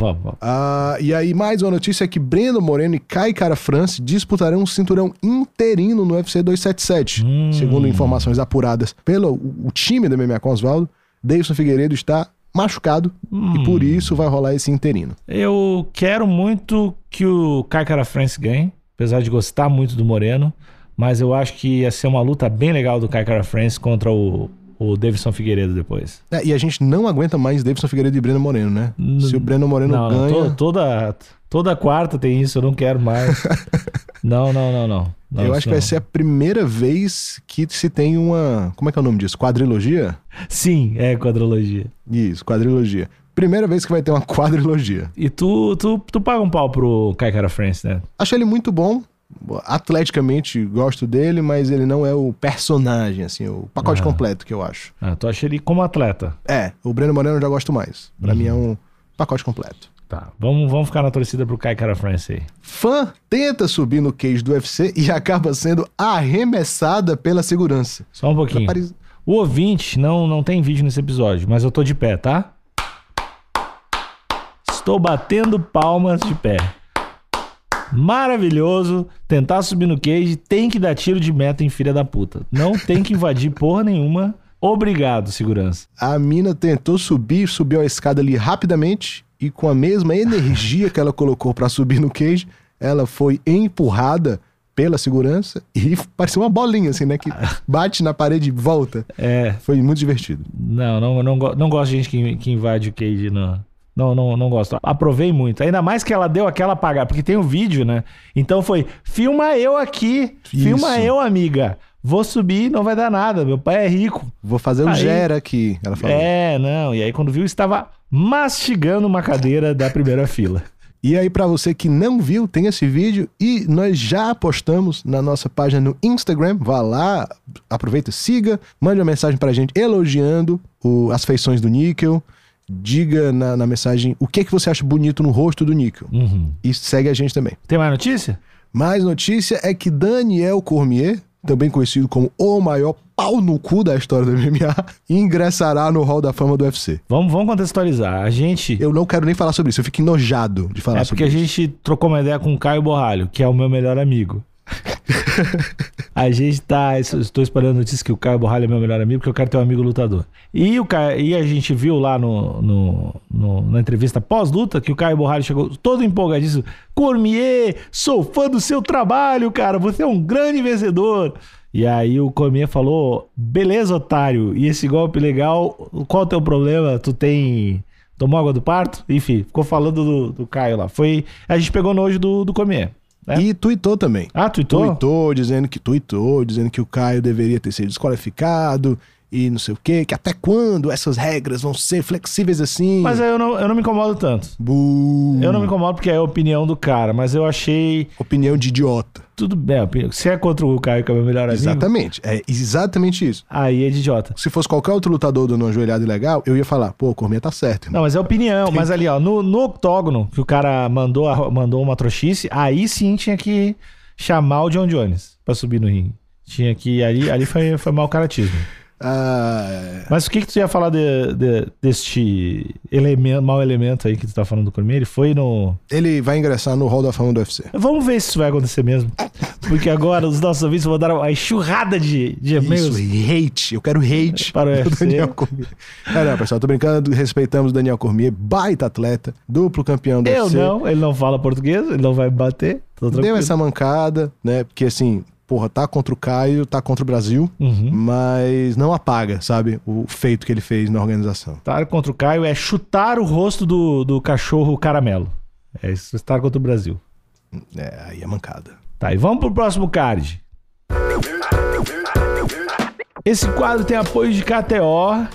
E aí mais uma notícia é que Brandon Moreno e Kai Kara France disputarão um cinturão interino no UFC 277. Segundo informações apuradas pelo o time do MMA com Oswaldo, Davidson Figueiredo está machucado e por isso vai rolar esse interino. Eu quero muito que o Kai Kara France ganhe, apesar de gostar muito do Moreno, mas eu acho que ia ser uma luta bem legal do Kai Kara France contra o Davidson Figueiredo depois. E a gente não aguenta mais Davidson Figueiredo e Breno Moreno, né? Se o Breno Moreno ganha... Toda quarta tem isso, eu não quero mais. Não, eu acho que vai ser a primeira vez que se tem uma... Como é que é o nome disso? Quadrilogia? Sim, é quadrilogia. Isso, quadrilogia. Primeira vez que vai ter uma quadrilogia. E tu paga um pau pro Kai Kara France, né? Acho ele muito bom. Atleticamente gosto dele, mas ele não é o personagem, assim, o pacote completo que eu acho. Tu acha ele como atleta? O Breno Moreno eu já gosto mais. Pra mim é um pacote completo. Tá, vamos ficar na torcida pro Kai Kara France aí. Fã tenta subir no cage do UFC e acaba sendo arremessada pela segurança. Só um pouquinho. O ouvinte não tem vídeo nesse episódio, mas eu tô de pé, tá? Estou batendo palmas de pé. Maravilhoso. Tentar subir no cage, tem que dar tiro de meta em filha da puta. Não tem que invadir porra nenhuma. Obrigado, segurança. A mina tentou subir, subiu a escada ali rapidamente e com a mesma energia que ela colocou pra subir no cage, ela foi empurrada pela segurança e parecia uma bolinha, assim, né? Que bate na parede e volta. Foi muito divertido. Não gosto de gente que invade o cage, não. Não gosto. Aprovei muito. Ainda mais que ela deu aquela apagada, porque tem o vídeo, né? Então foi, filma eu aqui, filma eu, amiga. vou subir, não vai dar nada, meu pai é rico. Vou fazer o gera aqui, ela falou. Não, e aí quando viu, estava mastigando uma cadeira da primeira fila. E aí, pra você que não viu, tem esse vídeo e nós já postamos na nossa página no Instagram. Vá lá, aproveita, siga, mande uma mensagem pra gente elogiando as feições do Níquel. Diga na mensagem o que você acha bonito no rosto do Níquel. E segue a gente também. Tem mais notícia? Mais notícia é que Daniel Cormier, também conhecido como o maior pau no cu da história do MMA, ingressará no Hall da Fama do UFC. Vamos contextualizar. Eu não quero nem falar sobre isso, eu fico enojado de falar sobre isso. É porque a gente trocou uma ideia com o Caio Borralho, que é o meu melhor amigo. A gente estou espalhando notícias que o Caio Borralho é meu melhor amigo, porque eu quero ter um amigo lutador. E a gente viu lá na entrevista pós-luta que o Caio Borralho chegou todo empolgadíssimo. Cormier, sou fã do seu trabalho, cara, você é um grande vencedor. E aí o Cormier falou, beleza, otário, e esse golpe legal, qual é o teu problema? Tomou água do parto? Enfim, ficou falando do Caio lá. A gente pegou nojo do Cormier. E tuitou também. Tuitou? Tuitou, dizendo que o Caio deveria ter sido desqualificado e não sei o quê, que até quando essas regras vão ser flexíveis assim. Mas aí eu não me incomodo tanto. Eu não me incomodo porque é a opinião do cara, mas eu achei... Opinião de idiota. Tudo bem, se é contra o Caio, que é o meu melhor amigo... Exatamente, é exatamente isso. Aí é de idiota. Se fosse qualquer outro lutador dando uma joelhada ilegal, eu ia falar, pô, o Cormier tá certo. Irmão. Não, mas é opinião. Mas ali, ó, no octógono, que o cara mandou uma trouxice, aí sim tinha que chamar o John Jones pra subir no ringue. Tinha que... Ali foi mau caratismo. Mas o que tu ia falar deste mau elemento aí que tu tá falando do Cormier? Ele vai ingressar no Hall da Fama do UFC. Vamos ver se isso vai acontecer mesmo. Porque agora os nossos ouvintes vão dar uma enxurrada de e-mails. Isso, hate. Eu quero hate para o UFC. Daniel Cormier. Não, pessoal, tô brincando. Respeitamos o Daniel Cormier, baita atleta, duplo campeão do UFC. Ele não fala português, ele não vai me bater. Deu essa mancada, né? Porque assim... Porra, tá contra o Caio, tá contra o Brasil, mas não apaga, sabe, o feito que ele fez na organização. Estar contra o Caio é chutar o rosto do cachorro caramelo. É isso, estar contra o Brasil. Aí é mancada. Tá, e vamos pro próximo card. Esse quadro tem apoio de KTO.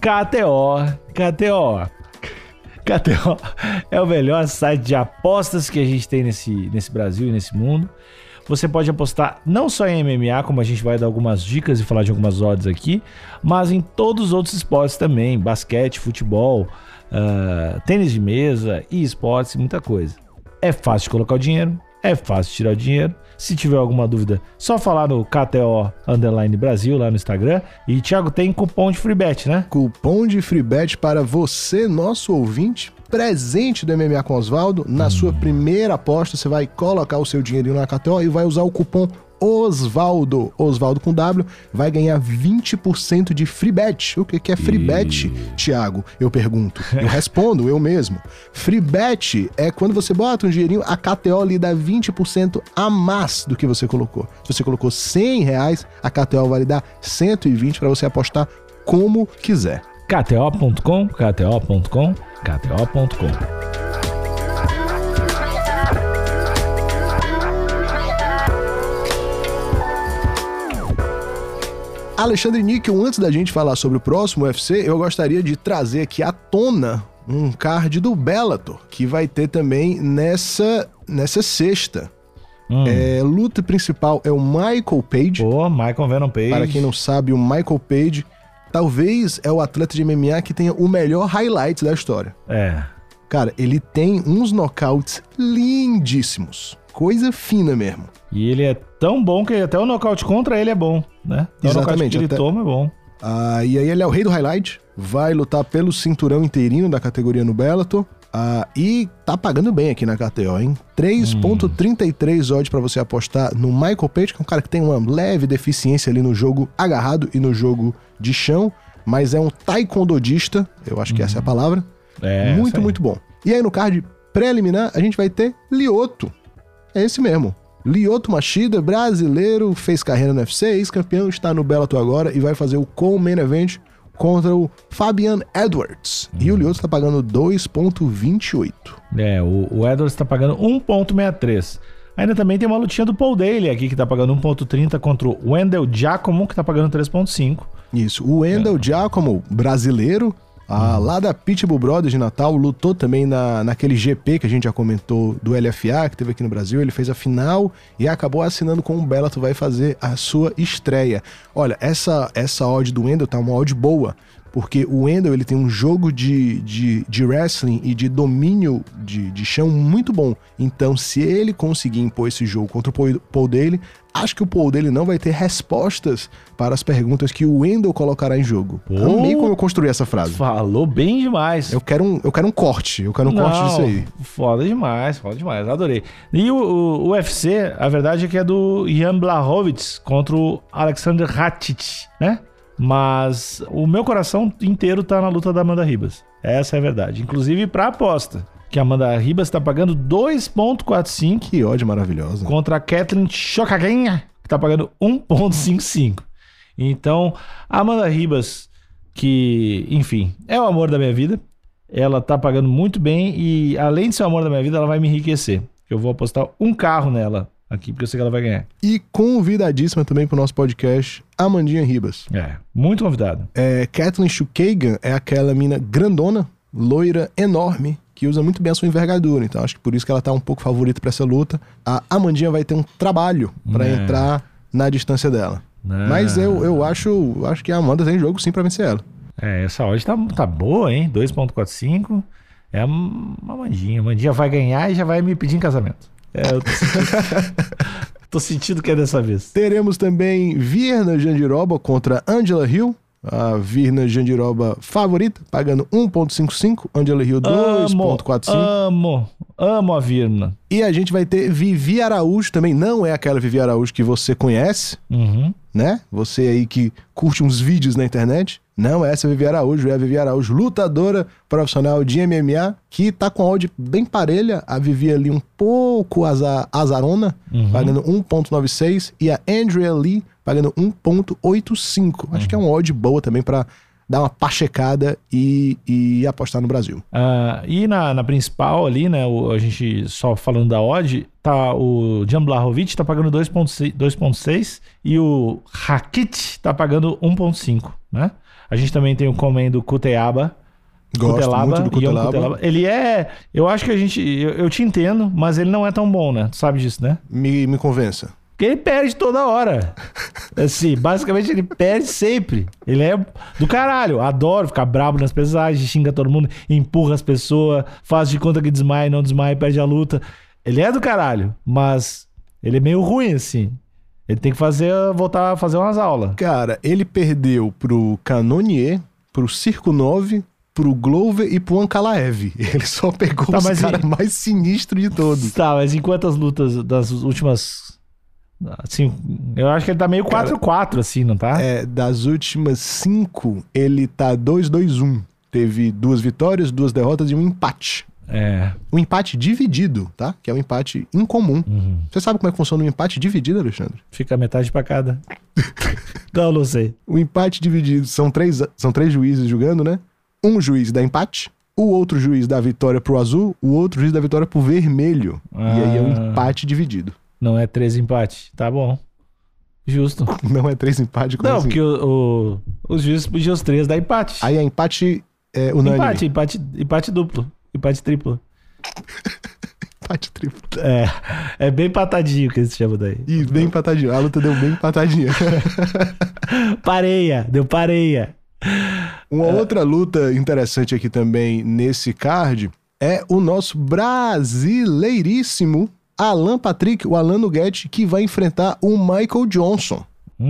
KTO é o melhor site de apostas que a gente tem nesse Brasil e nesse mundo. Você pode apostar não só em MMA, como a gente vai dar algumas dicas e falar de algumas odds aqui, mas em todos os outros esportes também, basquete, futebol, tênis de mesa, e-esportes, muita coisa. É fácil de colocar o dinheiro, é fácil de tirar o dinheiro. Se tiver alguma dúvida, só falar no KTO_Brasil lá no Instagram. E, Thiago, tem cupom de FreeBet, né? Cupom de FreeBet para você, nosso ouvinte, presente do MMA com Osvaldo. Na sua primeira aposta, você vai colocar o seu dinheirinho na KTO e vai usar o cupom Osvaldo com W, vai ganhar 20% de free bet. O que é free bet, Thiago? Eu pergunto. Eu respondo, eu mesmo. Free bet é quando você bota um dinheirinho, a KTO lhe dá 20% a mais do que você colocou. Se você colocou R$100, a KTO vai lhe dar 120 para você apostar como quiser. KTO.com. Alexandre Níquel, antes da gente falar sobre o próximo UFC, eu gostaria de trazer aqui à tona um card do Bellator, que vai ter também nessa sexta. Luta principal é o Michael Page. Michael Venom Page. Para quem não sabe, o Michael Page talvez é o atleta de MMA que tenha o melhor highlight da história. Cara, ele tem uns nocautes lindíssimos. Coisa fina mesmo. E ele é tão bom que até o nocaute contra ele é bom, né? Exatamente. O nocaute que ele toma é bom. E aí ele é o rei do highlight. Vai lutar pelo cinturão inteirinho da categoria no Bellator. E tá pagando bem aqui na KTO, hein? 3.33 odds pra você apostar no Michael Page, que é um cara que tem uma leve deficiência ali no jogo agarrado e no jogo de chão, mas é um taekwondodista, eu acho que essa é a palavra. Muito bom. E aí no card preliminar a gente vai ter Lyoto. É esse mesmo. Lyoto Machida, brasileiro, fez carreira no UFC, ex-campeão, está no Bellator agora e vai fazer o co-main event contra o Fabian Edwards. E o Lyoto está pagando 2.28. O Edwards está pagando 1.63. Ainda também tem uma lutinha do Paul Daley aqui, que tá pagando 1.30 contra o Wendell Giacomo, que tá pagando 3.5. Isso, o Wendell Giacomo, brasileiro, lá da Pitbull Brothers de Natal, lutou também naquele GP que a gente já comentou do LFA, que teve aqui no Brasil. Ele fez a final e acabou assinando com o Bellator, vai fazer a sua estreia. Olha, essa odd do Wendell tá uma odd boa, porque o Wendell ele tem um jogo de wrestling e de domínio de chão muito bom. Então, se ele conseguir impor esse jogo contra o Paul Daley, acho que o Paul Daley não vai ter respostas para as perguntas que o Wendell colocará em jogo. Amei como eu construí essa frase. Falou bem demais. Eu quero um corte. Corte disso aí. Foda demais. Adorei. E o UFC, a verdade é que é do Jan Blachowicz contra o Alexander Rakic, né? Mas o meu coração inteiro tá na luta da Amanda Ribas. Essa é a verdade. Inclusive pra aposta, que a Amanda Ribas tá pagando 2.45. Que ódio maravilhosa. Contra a Kathleen Chokagenha, que tá pagando 1.55. Então, a Amanda Ribas, que, enfim, é o amor da minha vida. Ela tá pagando muito bem e, além de ser o amor da minha vida, ela vai me enriquecer. Eu vou apostar um carro nela aqui, porque eu sei que ela vai ganhar. E convidadíssima também pro nosso podcast, Amandinha Ribas. Muito convidada. Kathleen Chukagan é aquela mina grandona, loira, enorme, que usa muito bem a sua envergadura. Então acho que por isso que ela tá um pouco favorita pra essa luta. A Amandinha vai ter um trabalho pra entrar na distância dela. Mas eu acho que a Amanda tem jogo sim pra vencer ela. Essa odd tá boa, hein? 2.45. É a Amandinha. A Amandinha vai ganhar e já vai me pedir em casamento. Eu tô sentindo que é dessa vez. Teremos também Virna Jandiroba contra Angela Hill. A Virna Jandiroba favorita, pagando 1.55. Angela Hill 2.45. Amo a Virna. E a gente vai ter Vivi Araújo também. Não é aquela Vivi Araújo que você conhece, né? Você aí que curte uns vídeos na internet. Não é essa Vivi Araújo, é a Vivi Araújo, lutadora profissional de MMA, que tá com a odd bem parelha. A Vivi ali um pouco azarona, pagando 1.96. E a Andrea Lee pagando 1.85. Acho que é uma odd boa também pra dar uma pachecada e apostar no Brasil. E na principal ali, né, a gente só falando da odd, tá o Jan Blachowicz tá pagando 2.6 e o Rakic tá pagando 1.5, né? A gente também tem o comendo Cutelaba. Gosto muito do Cutelaba. Ele é... Eu acho que eu te entendo, mas ele não é tão bom, né? Tu sabe disso, né? Me convença. Porque ele perde toda hora. Assim, basicamente ele perde sempre. Ele é do caralho. Adoro ficar brabo nas pesagens, xinga todo mundo, empurra as pessoas, faz de conta que desmaia, não desmaia, perde a luta. Ele é do caralho, mas ele é meio ruim, assim. Ele tem que voltar a fazer umas aulas. Cara, ele perdeu pro Cannonier, pro Circo 9, pro Glover e pro Ankalaev. Ele só pegou os caras mais sinistros de todos. Tá, mas em quantas lutas das últimas... Assim, eu acho que ele tá meio 4-4, assim, não tá? Das últimas 5, ele tá 2-2-1. Teve 2 vitórias, 2 derrotas e um empate. Um empate dividido, tá? Que é um empate incomum. Você sabe como é que funciona um empate dividido, Alexandre? Fica metade pra cada. Não sei. O empate dividido são três juízes julgando, né? Um juiz dá empate, o outro juiz dá vitória pro azul, o outro juiz dá vitória pro vermelho. E aí é um empate dividido. Não é 3 empates. Tá bom. Justo. Não é 3 empates? Não, assim? Porque os juízes podiam os 3 dar empate. Aí é empate unânime. Empate duplo. Empate triplo. Empate triplo. É bem patadinho que eles chamam daí. Isso, bem patadinho. A luta deu bem patadinha. Deu pareia. Uma outra luta interessante aqui também nesse card é o nosso brasileiríssimo Alan Patrick, o Alan Nugget, que vai enfrentar o Michael Johnson.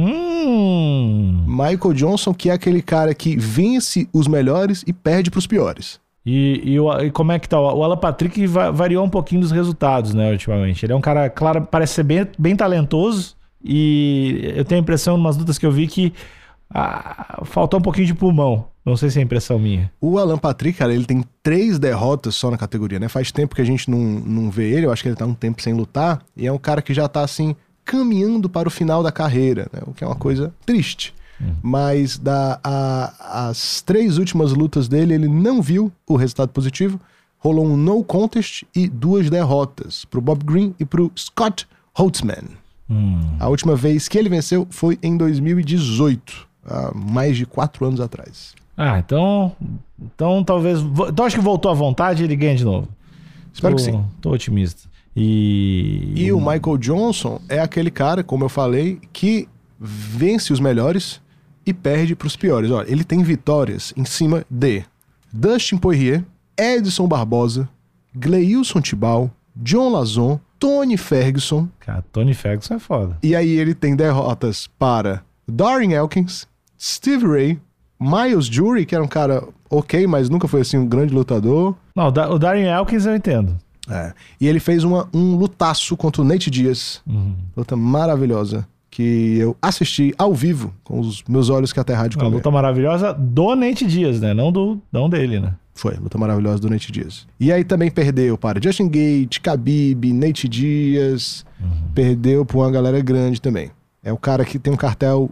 Michael Johnson, que é aquele cara que vence os melhores e perde pros piores. E como é que tá? O Alan Patrick variou um pouquinho dos resultados, né, ultimamente. Ele é um cara, claro, parece ser bem talentoso e eu tenho a impressão, em umas lutas que eu vi, que faltou um pouquinho de pulmão. Não sei se é impressão minha. O Alan Patrick, cara, ele tem 3 derrotas só na categoria, né? Faz tempo que a gente não vê ele, eu acho que ele tá um tempo sem lutar, e é um cara que já tá, assim, caminhando para o final da carreira, né? O que é uma coisa triste. Mas as 3 últimas lutas dele, ele não viu o resultado positivo. rolou um no contest e 2 derrotas pro Bob Green e pro Scott Holtzman. A última vez que ele venceu foi em 2018, há mais de 4 anos atrás. Então talvez... Então acho que voltou à vontade e ele ganha de novo. Espero que sim. Tô otimista. E o Michael Johnson é aquele cara, como eu falei, que vence os melhores e perde pros piores. Olha, ele tem vitórias em cima de Dustin Poirier, Edson Barbosa, Gleilson Tibau, John Lazon, Tony Ferguson. Cara, Tony Ferguson é foda. E aí ele tem derrotas para Darren Elkins, Steve Ray, Miles Jury, que era um cara ok, mas nunca foi assim um grande lutador. Não, o Darren Elkins eu entendo. E ele fez um lutaço contra o Nate Diaz. Luta maravilhosa. Que eu assisti ao vivo com os meus olhos que até rádio Uma luta maravilhosa do Nate Diaz, né? Não dele, né? Foi, luta maravilhosa do Nate Diaz. E aí também perdeu para Justin Gaethje, Khabib, Nate Diaz. Perdeu para uma galera grande também. É o cara que tem um cartel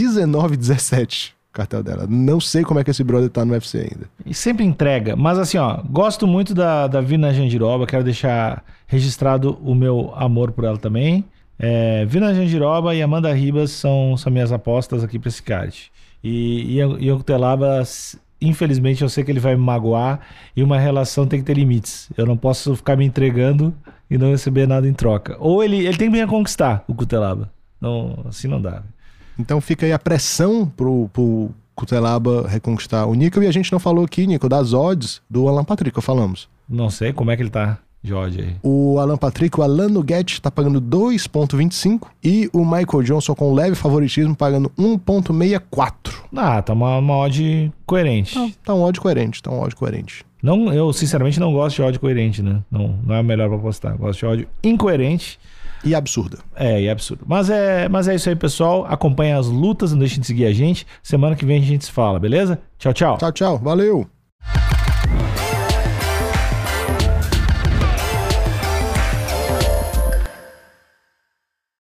19-17. O cartel dela. Não sei como é que esse brother tá no UFC ainda. E sempre entrega. Mas assim, ó, gosto muito da Virna Jandiroba. Quero deixar registrado o meu amor por ela também. Virna Jandiroba e Amanda Ribas são minhas apostas aqui pra esse card. E o Cutelaba, infelizmente, eu sei que ele vai me magoar. E uma relação tem que ter limites. Eu não posso ficar me entregando e não receber nada em troca. Ou ele tem que me reconquistar, o Cutelaba. Não, assim não dá. Então fica aí a pressão pro Cutelaba reconquistar o Nico. E a gente não falou aqui, Nico, das odds do Alan Patrick, falamos. Não sei como é que ele tá de odd aí. O Alan Patrick, o Alan Nugget tá pagando 2,25 e o Michael Johnson com leve favoritismo pagando 1,64. Tá uma odd coerente. Tá um odd coerente. Não, eu sinceramente não gosto de odd coerente, né? Não é o melhor pra apostar. Gosto de odd incoerente. E absurda. E absurdo. Mas é isso aí, pessoal. Acompanha as lutas, não deixem de seguir a gente. Semana que vem a gente se fala, beleza? Tchau, tchau. Tchau, tchau. Valeu.